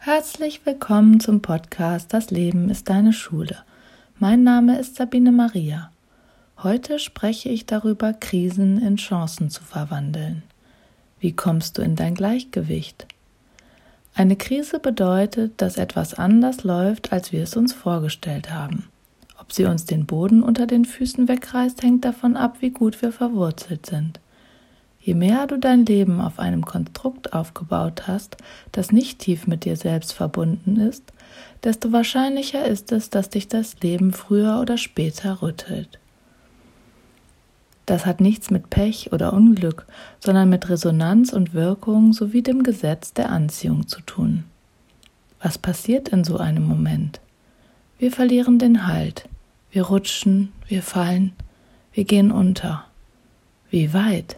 Herzlich willkommen zum Podcast Das Leben ist deine Schule. Mein Name ist Sabine Maria. Heute spreche ich darüber, Krisen in Chancen zu verwandeln. Wie kommst du in dein Gleichgewicht? Eine Krise bedeutet, dass etwas anders läuft, als wir es uns vorgestellt haben. Ob sie uns den Boden unter den Füßen wegreißt, hängt davon ab, wie gut wir verwurzelt sind. Je mehr du dein Leben auf einem Konstrukt aufgebaut hast, das nicht tief mit dir selbst verbunden ist, desto wahrscheinlicher ist es, dass dich das Leben früher oder später rüttelt. Das hat nichts mit Pech oder Unglück, sondern mit Resonanz und Wirkung sowie dem Gesetz der Anziehung zu tun. Was passiert in so einem Moment? Wir verlieren den Halt, wir rutschen, wir fallen, wir gehen unter. Wie weit?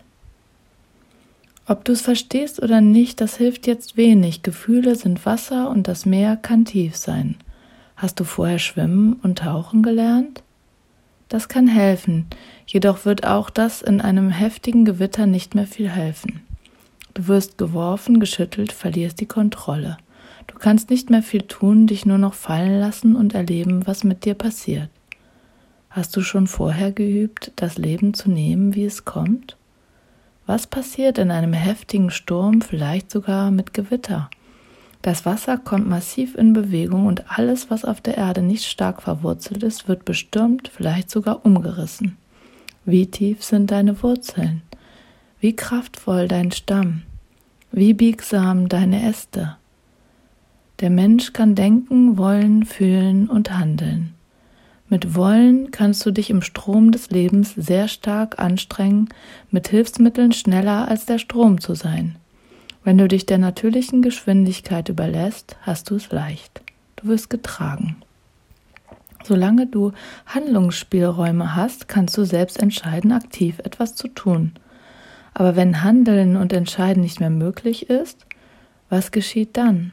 Ob du es verstehst oder nicht, das hilft jetzt wenig. Gefühle sind Wasser und das Meer kann tief sein. Hast du vorher schwimmen und tauchen gelernt? Das kann helfen, jedoch wird auch das in einem heftigen Gewitter nicht mehr viel helfen. Du wirst geworfen, geschüttelt, verlierst die Kontrolle. Du kannst nicht mehr viel tun, dich nur noch fallen lassen und erleben, was mit dir passiert. Hast du schon vorher geübt, das Leben zu nehmen, wie es kommt? Was passiert in einem heftigen Sturm, vielleicht sogar mit Gewitter? Das Wasser kommt massiv in Bewegung und alles, was auf der Erde nicht stark verwurzelt ist, wird bestürmt, vielleicht sogar umgerissen. Wie tief sind deine Wurzeln? Wie kraftvoll dein Stamm? Wie biegsam deine Äste? Der Mensch kann denken, wollen, fühlen und handeln. Mit Wollen kannst du dich im Strom des Lebens sehr stark anstrengen, mit Hilfsmitteln schneller als der Strom zu sein. Wenn du dich der natürlichen Geschwindigkeit überlässt, hast du es leicht. Du wirst getragen. Solange du Handlungsspielräume hast, kannst du selbst entscheiden, aktiv etwas zu tun. Aber wenn Handeln und Entscheiden nicht mehr möglich ist, was geschieht dann?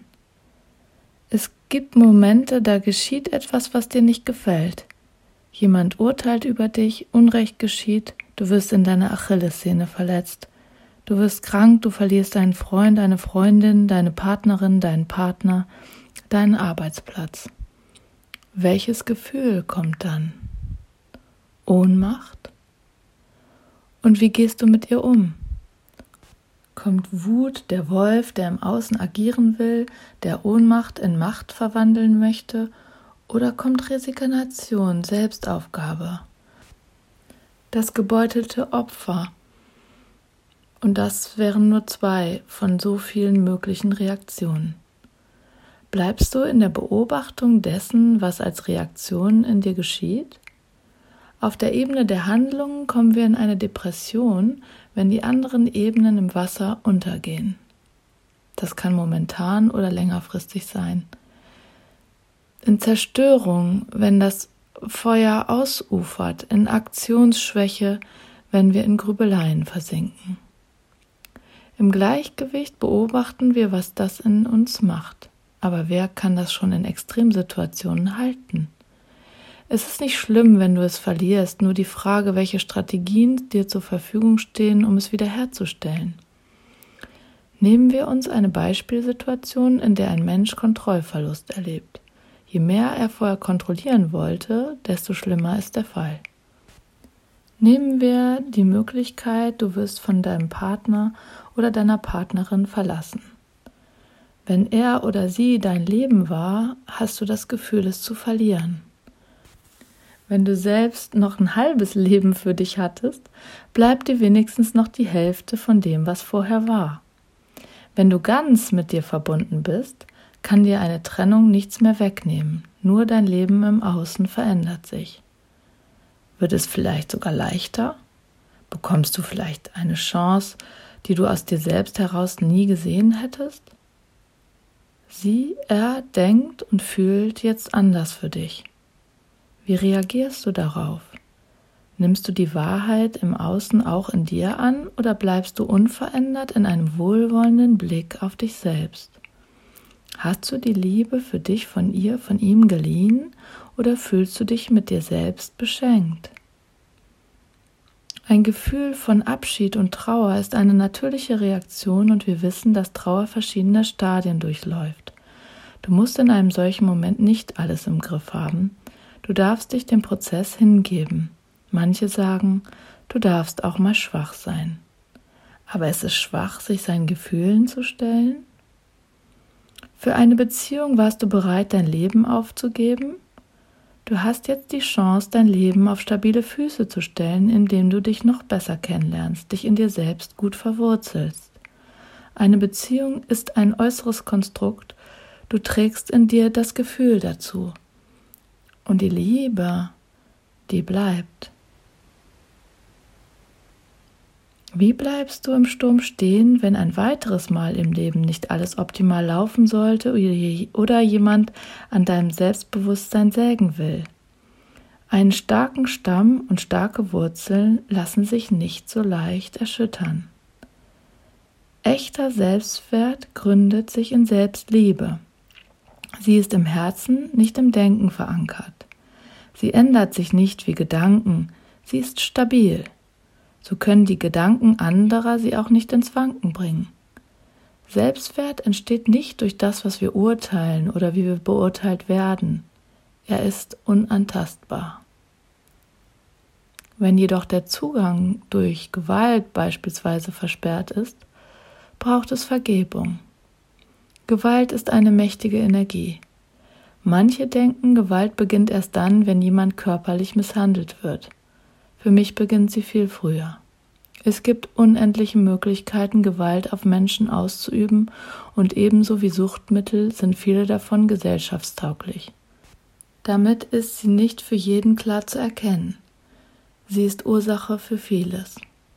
Es gibt Momente, da geschieht etwas, was dir nicht gefällt. Jemand urteilt über dich, Unrecht geschieht, du wirst in deiner Achillessehne verletzt. Du wirst krank, du verlierst deinen Freund, deine Freundin, deine Partnerin, deinen Partner, deinen Arbeitsplatz. Welches Gefühl kommt dann? Ohnmacht? Und wie gehst du mit ihr um? Kommt Wut, der Wolf, der im Außen agieren will, der Ohnmacht in Macht verwandeln möchte, oder kommt Resignation, Selbstaufgabe, das gebeutelte Opfer? Und das wären nur 2 von so vielen möglichen Reaktionen. Bleibst du in der Beobachtung dessen, was als Reaktion in dir geschieht? Auf der Ebene der Handlungen kommen wir in eine Depression, wenn die anderen Ebenen im Wasser untergehen. Das kann momentan oder längerfristig sein. In Zerstörung, wenn das Feuer ausufert, in Aktionsschwäche, wenn wir in Grübeleien versinken. Im Gleichgewicht beobachten wir, was das in uns macht. Aber wer kann das schon in Extremsituationen halten? Es ist nicht schlimm, wenn du es verlierst, nur die Frage, welche Strategien dir zur Verfügung stehen, um es wiederherzustellen. Nehmen wir uns eine Beispielsituation, in der ein Mensch Kontrollverlust erlebt. Je mehr er vorher kontrollieren wollte, desto schlimmer ist der Fall. Nehmen wir die Möglichkeit, du wirst von deinem Partner oder deiner Partnerin verlassen. Wenn er oder sie dein Leben war, hast du das Gefühl, es zu verlieren. Wenn du selbst noch ein halbes Leben für dich hattest, bleibt dir wenigstens noch die Hälfte von dem, was vorher war. Wenn du ganz mit dir verbunden bist, kann dir eine Trennung nichts mehr wegnehmen, nur dein Leben im Außen verändert sich. Wird es vielleicht sogar leichter? Bekommst du vielleicht eine Chance, die du aus dir selbst heraus nie gesehen hättest? Er denkt und fühlt jetzt anders für dich. Wie reagierst du darauf? Nimmst du die Wahrheit im Außen auch in dir an oder bleibst du unverändert in einem wohlwollenden Blick auf dich selbst? Hast du die Liebe für dich von ihm geliehen oder fühlst du dich mit dir selbst beschenkt? Ein Gefühl von Abschied und Trauer ist eine natürliche Reaktion und wir wissen, dass Trauer verschiedene Stadien durchläuft. Du musst in einem solchen Moment nicht alles im Griff haben. Du darfst dich dem Prozess hingeben. Manche sagen, du darfst auch mal schwach sein. Aber es ist schwach, sich seinen Gefühlen zu stellen? Für eine Beziehung warst du bereit, dein Leben aufzugeben? Du hast jetzt die Chance, dein Leben auf stabile Füße zu stellen, indem du dich noch besser kennenlernst, dich in dir selbst gut verwurzelst. Eine Beziehung ist ein äußeres Konstrukt, du trägst in dir das Gefühl dazu. Und die Liebe, die bleibt. Wie bleibst du im Sturm stehen, wenn ein weiteres Mal im Leben nicht alles optimal laufen sollte oder jemand an deinem Selbstbewusstsein sägen will? Einen starken Stamm und starke Wurzeln lassen sich nicht so leicht erschüttern. Echter Selbstwert gründet sich in Selbstliebe. Sie ist im Herzen, nicht im Denken verankert. Sie ändert sich nicht wie Gedanken, sie ist stabil. So können die Gedanken anderer sie auch nicht ins Wanken bringen. Selbstwert entsteht nicht durch das, was wir urteilen oder wie wir beurteilt werden. Er ist unantastbar. Wenn jedoch der Zugang durch Gewalt beispielsweise versperrt ist, braucht es Vergebung. Gewalt ist eine mächtige Energie. Manche denken, Gewalt beginnt erst dann, wenn jemand körperlich misshandelt wird. Für mich beginnt sie viel früher. Es gibt unendliche Möglichkeiten, Gewalt auf Menschen auszuüben und ebenso wie Suchtmittel sind viele davon gesellschaftstauglich. Damit ist sie nicht für jeden klar zu erkennen. Sie ist Ursache für vieles.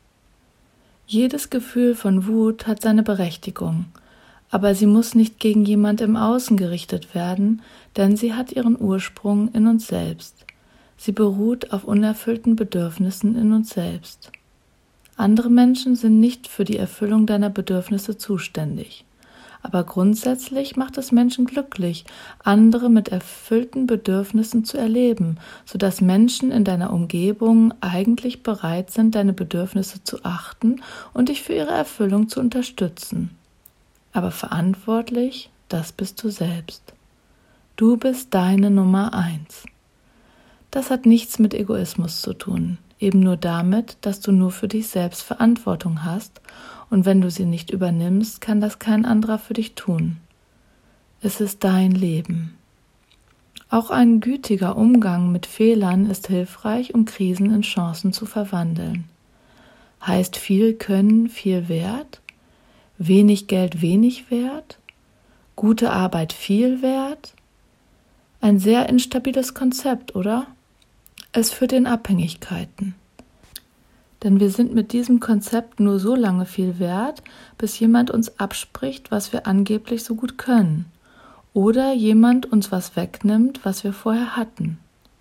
Jedes Gefühl von Wut hat seine Berechtigung, aber sie muss nicht gegen jemand im Außen gerichtet werden, denn sie hat ihren Ursprung in uns selbst. Sie beruht auf unerfüllten Bedürfnissen in uns selbst. Andere Menschen sind nicht für die Erfüllung deiner Bedürfnisse zuständig. Aber grundsätzlich macht es Menschen glücklich, andere mit erfüllten Bedürfnissen zu erleben, sodass Menschen in deiner Umgebung eigentlich bereit sind, deine Bedürfnisse zu achten und dich für ihre Erfüllung zu unterstützen. Aber verantwortlich, das bist du selbst. Du bist deine Nummer 1. Das hat nichts mit Egoismus zu tun, eben nur damit, dass du nur für dich selbst Verantwortung hast und wenn du sie nicht übernimmst, kann das kein anderer für dich tun. Es ist dein Leben. Auch ein gütiger Umgang mit Fehlern ist hilfreich, um Krisen in Chancen zu verwandeln. Heißt viel Können, viel Wert? Wenig Geld, wenig Wert? Gute Arbeit, viel Wert? Ein sehr instabiles Konzept, oder? Es führt in Abhängigkeiten. Denn wir sind mit diesem Konzept nur so lange viel wert, bis jemand uns abspricht, was wir angeblich so gut können. Oder jemand uns was wegnimmt, was wir vorher hatten.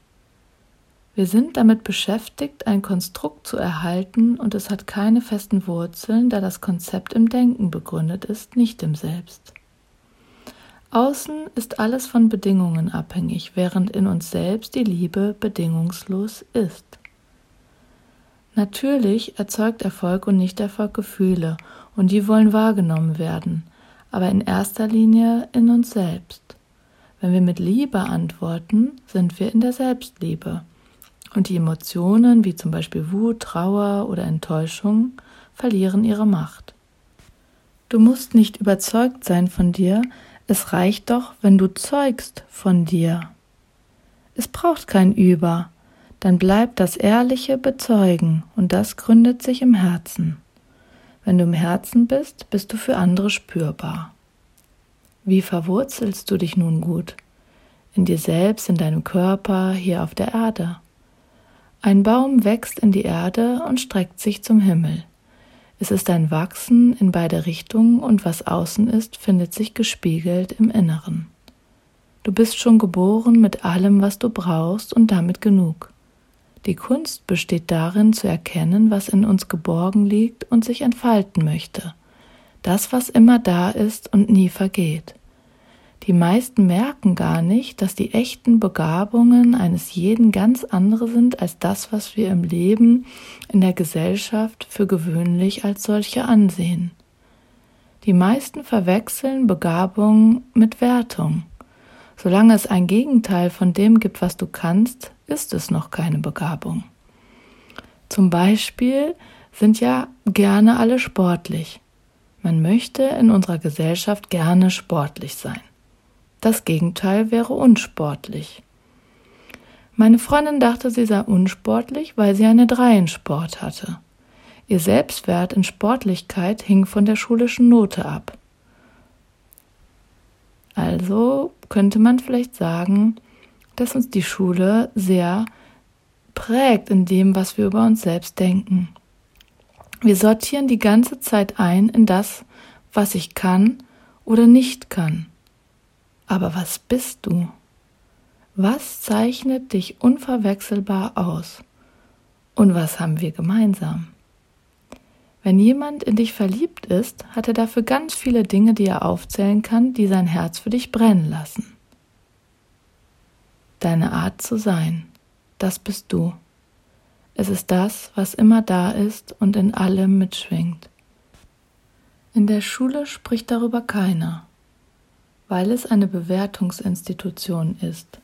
Wir sind damit beschäftigt, ein Konstrukt zu erhalten und es hat keine festen Wurzeln, da das Konzept im Denken begründet ist, nicht im Selbst. Außen ist alles von Bedingungen abhängig, während in uns selbst die Liebe bedingungslos ist. Natürlich erzeugt Erfolg und Nichterfolg Gefühle und die wollen wahrgenommen werden, aber in erster Linie in uns selbst. Wenn wir mit Liebe antworten, sind wir in der Selbstliebe und die Emotionen wie zum Beispiel Wut, Trauer oder Enttäuschung verlieren ihre Macht. Du musst nicht überzeugt sein von dir, es reicht doch, wenn du zeugst von dir. Es braucht kein Über, dann bleibt das ehrliche Bezeugen und das gründet sich im Herzen. Wenn du im Herzen bist, bist du für andere spürbar. Wie verwurzelst du dich nun gut? In dir selbst, in deinem Körper, hier auf der Erde. Ein Baum wächst in die Erde und streckt sich zum Himmel. Es ist ein Wachsen in beide Richtungen und was außen ist, findet sich gespiegelt im Inneren. Du bist schon geboren mit allem, was du brauchst und damit genug. Die Kunst besteht darin, zu erkennen, was in uns geborgen liegt und sich entfalten möchte. Das, was immer da ist und nie vergeht. Die meisten merken gar nicht, dass die echten Begabungen eines jeden ganz andere sind als das, was wir im Leben, in der Gesellschaft für gewöhnlich als solche ansehen. Die meisten verwechseln Begabung mit Wertung. Solange es ein Gegenteil von dem gibt, was du kannst, ist es noch keine Begabung. Zum Beispiel sind ja gerne alle sportlich. Man möchte in unserer Gesellschaft gerne sportlich sein. Das Gegenteil wäre unsportlich. Meine Freundin dachte, sie sei unsportlich, weil sie eine 3 in Sport hatte. Ihr Selbstwert in Sportlichkeit hing von der schulischen Note ab. Also könnte man vielleicht sagen, dass uns die Schule sehr prägt in dem, was wir über uns selbst denken. Wir sortieren die ganze Zeit ein in das, was ich kann oder nicht kann. Aber was bist du? Was zeichnet dich unverwechselbar aus? Und was haben wir gemeinsam? Wenn jemand in dich verliebt ist, hat er dafür ganz viele Dinge, die er aufzählen kann, die sein Herz für dich brennen lassen. Deine Art zu sein, das bist du. Es ist das, was immer da ist und in allem mitschwingt. In der Schule spricht darüber keiner, weil es eine Bewertungsinstitution ist.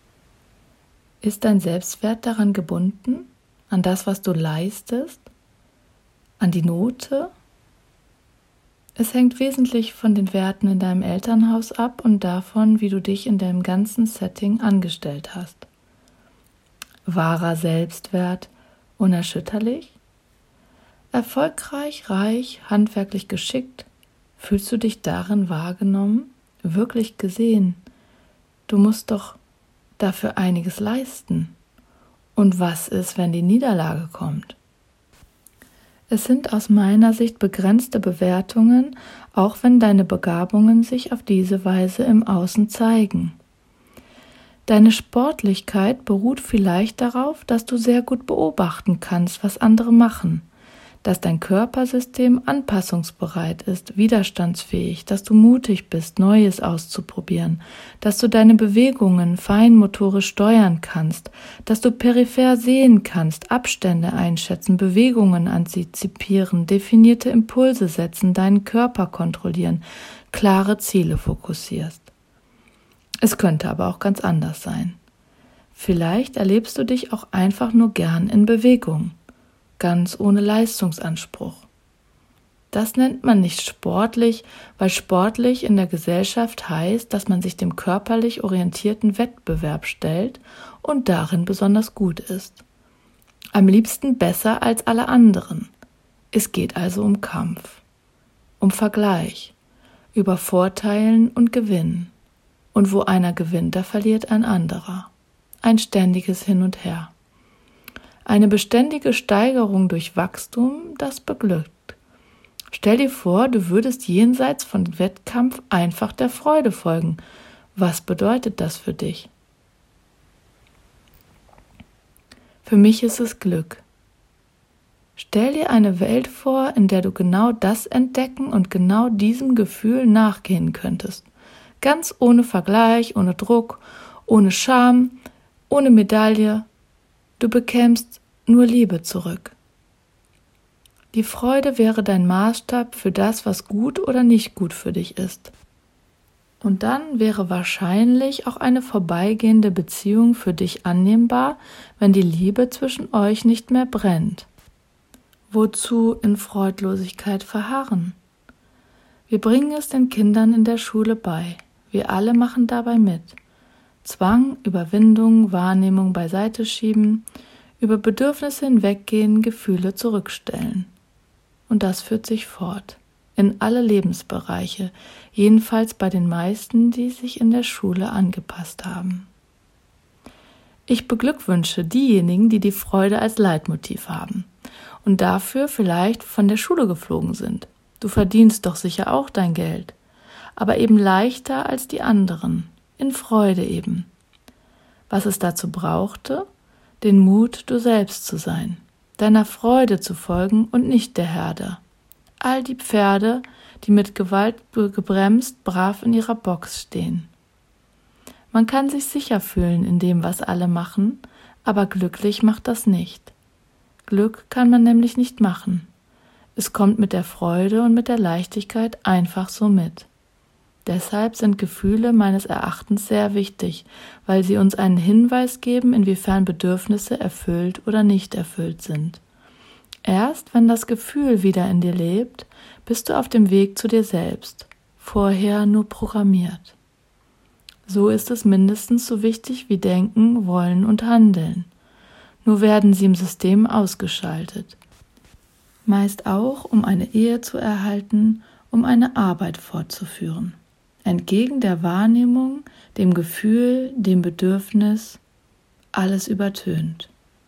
Ist dein Selbstwert daran gebunden, an das, was du leistest, an die Note? Es hängt wesentlich von den Werten in deinem Elternhaus ab und davon, wie du dich in deinem ganzen Setting angestellt hast. Wahrer Selbstwert, unerschütterlich? Erfolgreich, reich, handwerklich geschickt? Fühlst du dich darin wahrgenommen, wirklich gesehen? Du musst doch dafür einiges leisten. Und was ist, wenn die Niederlage kommt? Es sind aus meiner Sicht begrenzte Bewertungen, auch wenn deine Begabungen sich auf diese Weise im Außen zeigen. Deine Sportlichkeit beruht vielleicht darauf, dass du sehr gut beobachten kannst, was andere machen, dass dein Körpersystem anpassungsbereit ist, widerstandsfähig, dass du mutig bist, Neues auszuprobieren, dass du deine Bewegungen feinmotorisch steuern kannst, dass du peripher sehen kannst, Abstände einschätzen, Bewegungen antizipieren, definierte Impulse setzen, deinen Körper kontrollieren, klare Ziele fokussierst. Es könnte aber auch ganz anders sein. Vielleicht erlebst du dich auch einfach nur gern in Bewegung, ganz ohne Leistungsanspruch. Das nennt man nicht sportlich, weil sportlich in der Gesellschaft heißt, dass man sich dem körperlich orientierten Wettbewerb stellt und darin besonders gut ist. Am liebsten besser als alle anderen. Es geht also um Kampf, um Vergleich, über Vorteilen und Gewinnen. Und wo einer gewinnt, da verliert ein anderer. Ein ständiges Hin und Her. Eine beständige Steigerung durch Wachstum, das beglückt. Stell dir vor, du würdest jenseits von Wettkampf einfach der Freude folgen. Was bedeutet das für dich? Für mich ist es Glück. Stell dir eine Welt vor, in der du genau das entdecken und genau diesem Gefühl nachgehen könntest. Ganz ohne Vergleich, ohne Druck, ohne Scham, ohne Medaille. Du bekämst nur Liebe zurück. Die Freude wäre dein Maßstab für das, was gut oder nicht gut für dich ist. Und dann wäre wahrscheinlich auch eine vorbeigehende Beziehung für dich annehmbar, wenn die Liebe zwischen euch nicht mehr brennt. Wozu in Freudlosigkeit verharren? Wir bringen es den Kindern in der Schule bei. Wir alle machen dabei mit. Zwang, Überwindung, Wahrnehmung beiseite schieben, über Bedürfnisse hinweggehen, Gefühle zurückstellen. Und das führt sich fort, in alle Lebensbereiche, jedenfalls bei den meisten, die sich in der Schule angepasst haben. Ich beglückwünsche diejenigen, die die Freude als Leitmotiv haben und dafür vielleicht von der Schule geflogen sind. Du verdienst doch sicher auch dein Geld, aber eben leichter als die anderen, in Freude eben. Was es dazu brauchte? Den Mut, du selbst zu sein, deiner Freude zu folgen und nicht der Herde. All die Pferde, die mit Gewalt gebremst brav in ihrer Box stehen. Man kann sich sicher fühlen in dem, was alle machen, aber glücklich macht das nicht. Glück kann man nämlich nicht machen. Es kommt mit der Freude und mit der Leichtigkeit einfach so mit. Deshalb sind Gefühle meines Erachtens sehr wichtig, weil sie uns einen Hinweis geben, inwiefern Bedürfnisse erfüllt oder nicht erfüllt sind. Erst wenn das Gefühl wieder in dir lebt, bist du auf dem Weg zu dir selbst, vorher nur programmiert. So ist es mindestens so wichtig wie Denken, Wollen und Handeln. Nur werden sie im System ausgeschaltet. Meist auch, um eine Ehe zu erhalten, um eine Arbeit fortzuführen. Entgegen der Wahrnehmung, dem Gefühl, dem Bedürfnis, alles übertönt.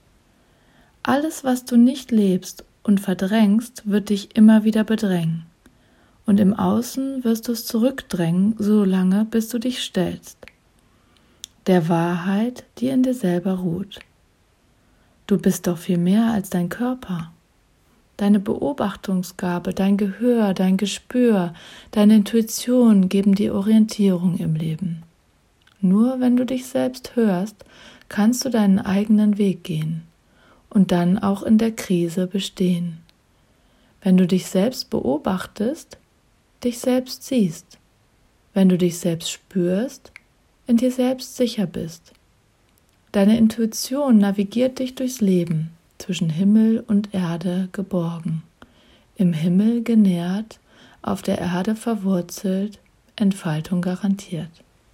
Alles, was du nicht lebst und verdrängst, wird dich immer wieder bedrängen. Und im Außen wirst du es zurückdrängen, solange bis du dich stellst. Der Wahrheit, die in dir selber ruht. Du bist doch viel mehr als dein Körper. Deine Beobachtungsgabe, dein Gehör, dein Gespür, deine Intuition geben dir Orientierung im Leben. Nur wenn du dich selbst hörst, kannst du deinen eigenen Weg gehen und dann auch in der Krise bestehen. Wenn du dich selbst beobachtest, dich selbst siehst. Wenn du dich selbst spürst, in dir selbst sicher bist. Deine Intuition navigiert dich durchs Leben, zwischen Himmel und Erde geborgen, im Himmel genährt, auf der Erde verwurzelt, Entfaltung garantiert.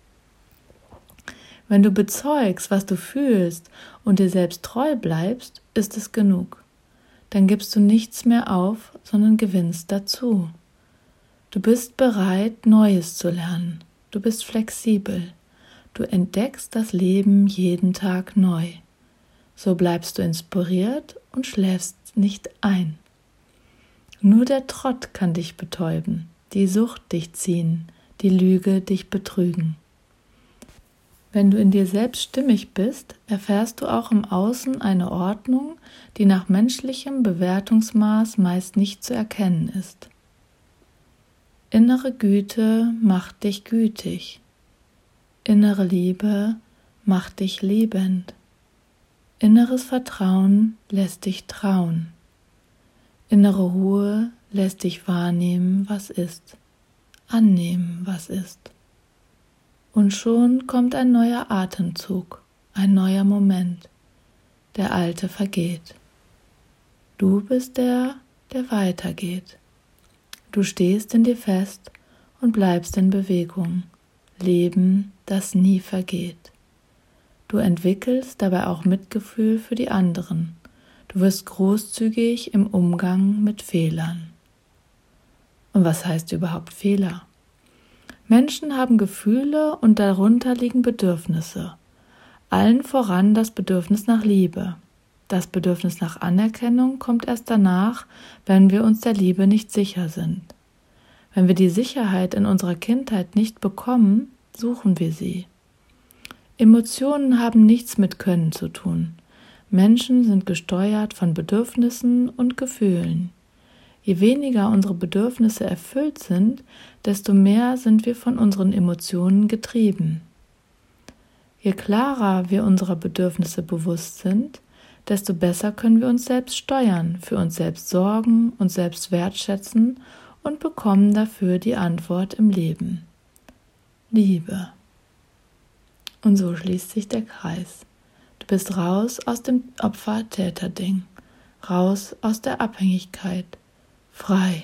Wenn du bezeugst, was du fühlst und dir selbst treu bleibst, ist es genug. Dann gibst du nichts mehr auf, sondern gewinnst dazu. Du bist bereit, Neues zu lernen. Du bist flexibel. Du entdeckst das Leben jeden Tag neu. So bleibst du inspiriert und schläfst nicht ein. Nur der Trott kann dich betäuben, die Sucht dich ziehen, die Lüge dich betrügen. Wenn du in dir selbst stimmig bist, erfährst du auch im Außen eine Ordnung, die nach menschlichem Bewertungsmaß meist nicht zu erkennen ist. Innere Güte macht dich gütig. Innere Liebe macht dich liebend. Inneres Vertrauen lässt dich trauen. Innere Ruhe lässt dich wahrnehmen, was ist, annehmen, was ist. Und schon kommt ein neuer Atemzug, ein neuer Moment. Der alte vergeht. Du bist der weitergeht. Du stehst in dir fest und bleibst in Bewegung. Leben, das nie vergeht. Du entwickelst dabei auch Mitgefühl für die anderen. Du wirst großzügig im Umgang mit Fehlern. Und was heißt überhaupt Fehler? Menschen haben Gefühle und darunter liegen Bedürfnisse. Allen voran das Bedürfnis nach Liebe. Das Bedürfnis nach Anerkennung kommt erst danach, wenn wir uns der Liebe nicht sicher sind. Wenn wir die Sicherheit in unserer Kindheit nicht bekommen, suchen wir sie. Emotionen haben nichts mit Können zu tun. Menschen sind gesteuert von Bedürfnissen und Gefühlen. Je weniger unsere Bedürfnisse erfüllt sind, desto mehr sind wir von unseren Emotionen getrieben. Je klarer wir unserer Bedürfnisse bewusst sind, desto besser können wir uns selbst steuern, für uns selbst sorgen, uns selbst wertschätzen und bekommen dafür die Antwort im Leben. Liebe. Und so schließt sich der Kreis. Du bist raus aus dem Opfer-Täter-Ding, raus aus der Abhängigkeit, frei.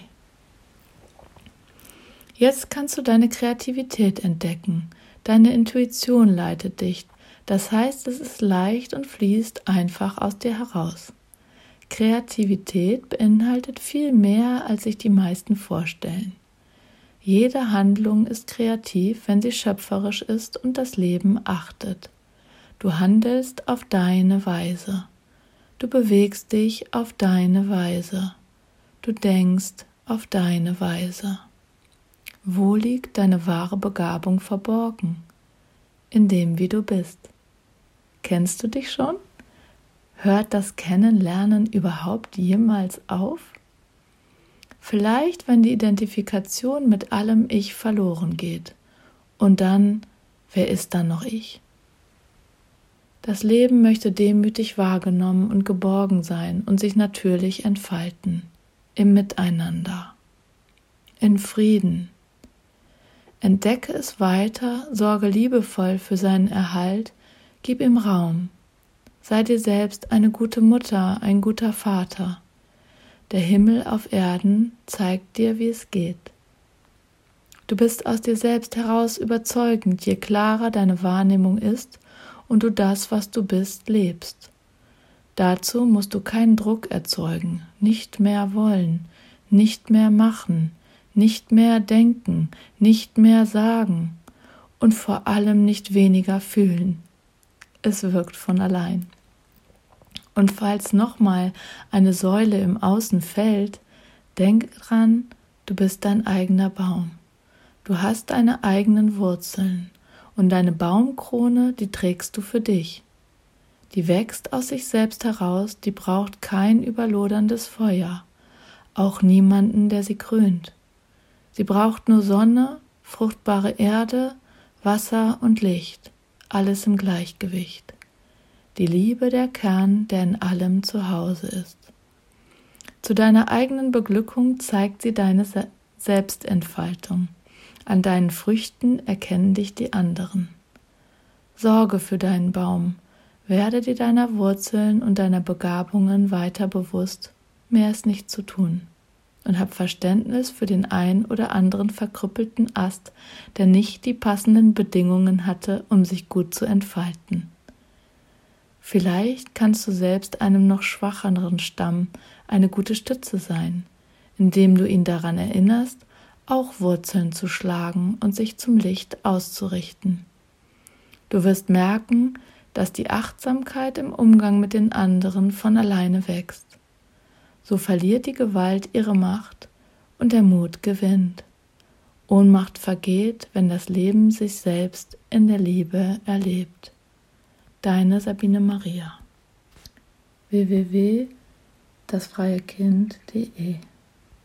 Jetzt kannst du deine Kreativität entdecken. Deine Intuition leitet dich. Das heißt, es ist leicht und fließt einfach aus dir heraus. Kreativität beinhaltet viel mehr, als sich die meisten vorstellen. Jede Handlung ist kreativ, wenn sie schöpferisch ist und das Leben achtet. Du handelst auf deine Weise. Du bewegst dich auf deine Weise. Du denkst auf deine Weise. Wo liegt deine wahre Begabung verborgen? In dem, wie du bist. Kennst du dich schon? Hört das Kennenlernen überhaupt jemals auf? Vielleicht, wenn die Identifikation mit allem Ich verloren geht. Und dann, wer ist dann noch ich? Das Leben möchte demütig wahrgenommen und geborgen sein und sich natürlich entfalten. Im Miteinander. In Frieden. Entdecke es weiter, sorge liebevoll für seinen Erhalt, gib ihm Raum. Sei dir selbst eine gute Mutter, ein guter Vater. Der Himmel auf Erden zeigt dir, wie es geht. Du bist aus dir selbst heraus überzeugend, je klarer deine Wahrnehmung ist und du das, was du bist, lebst. Dazu musst du keinen Druck erzeugen, nicht mehr wollen, nicht mehr machen, nicht mehr denken, nicht mehr sagen und vor allem nicht weniger fühlen. Es wirkt von allein. Und falls nochmal eine Säule im Außen fällt, denk dran, du bist dein eigener Baum. Du hast deine eigenen Wurzeln und deine Baumkrone, die trägst du für dich. Die wächst aus sich selbst heraus, die braucht kein überloderndes Feuer, auch niemanden, der sie krönt. Sie braucht nur Sonne, fruchtbare Erde, Wasser und Licht, alles im Gleichgewicht. Die Liebe der Kern, der in allem zu Hause ist. Zu deiner eigenen Beglückung zeigt sie deine Selbstentfaltung. An deinen Früchten erkennen dich die anderen. Sorge für deinen Baum, werde dir deiner Wurzeln und deiner Begabungen weiter bewusst, mehr ist nicht zu tun. Und hab Verständnis für den ein oder anderen verkrüppelten Ast, der nicht die passenden Bedingungen hatte, um sich gut zu entfalten. Vielleicht kannst du selbst einem noch schwacheren Stamm eine gute Stütze sein, indem du ihn daran erinnerst, auch Wurzeln zu schlagen und sich zum Licht auszurichten. Du wirst merken, dass die Achtsamkeit im Umgang mit den anderen von alleine wächst. So verliert die Gewalt ihre Macht und der Mut gewinnt. Ohnmacht vergeht, wenn das Leben sich selbst in der Liebe erlebt. Deine Sabine Maria. www.dasfreiekind.de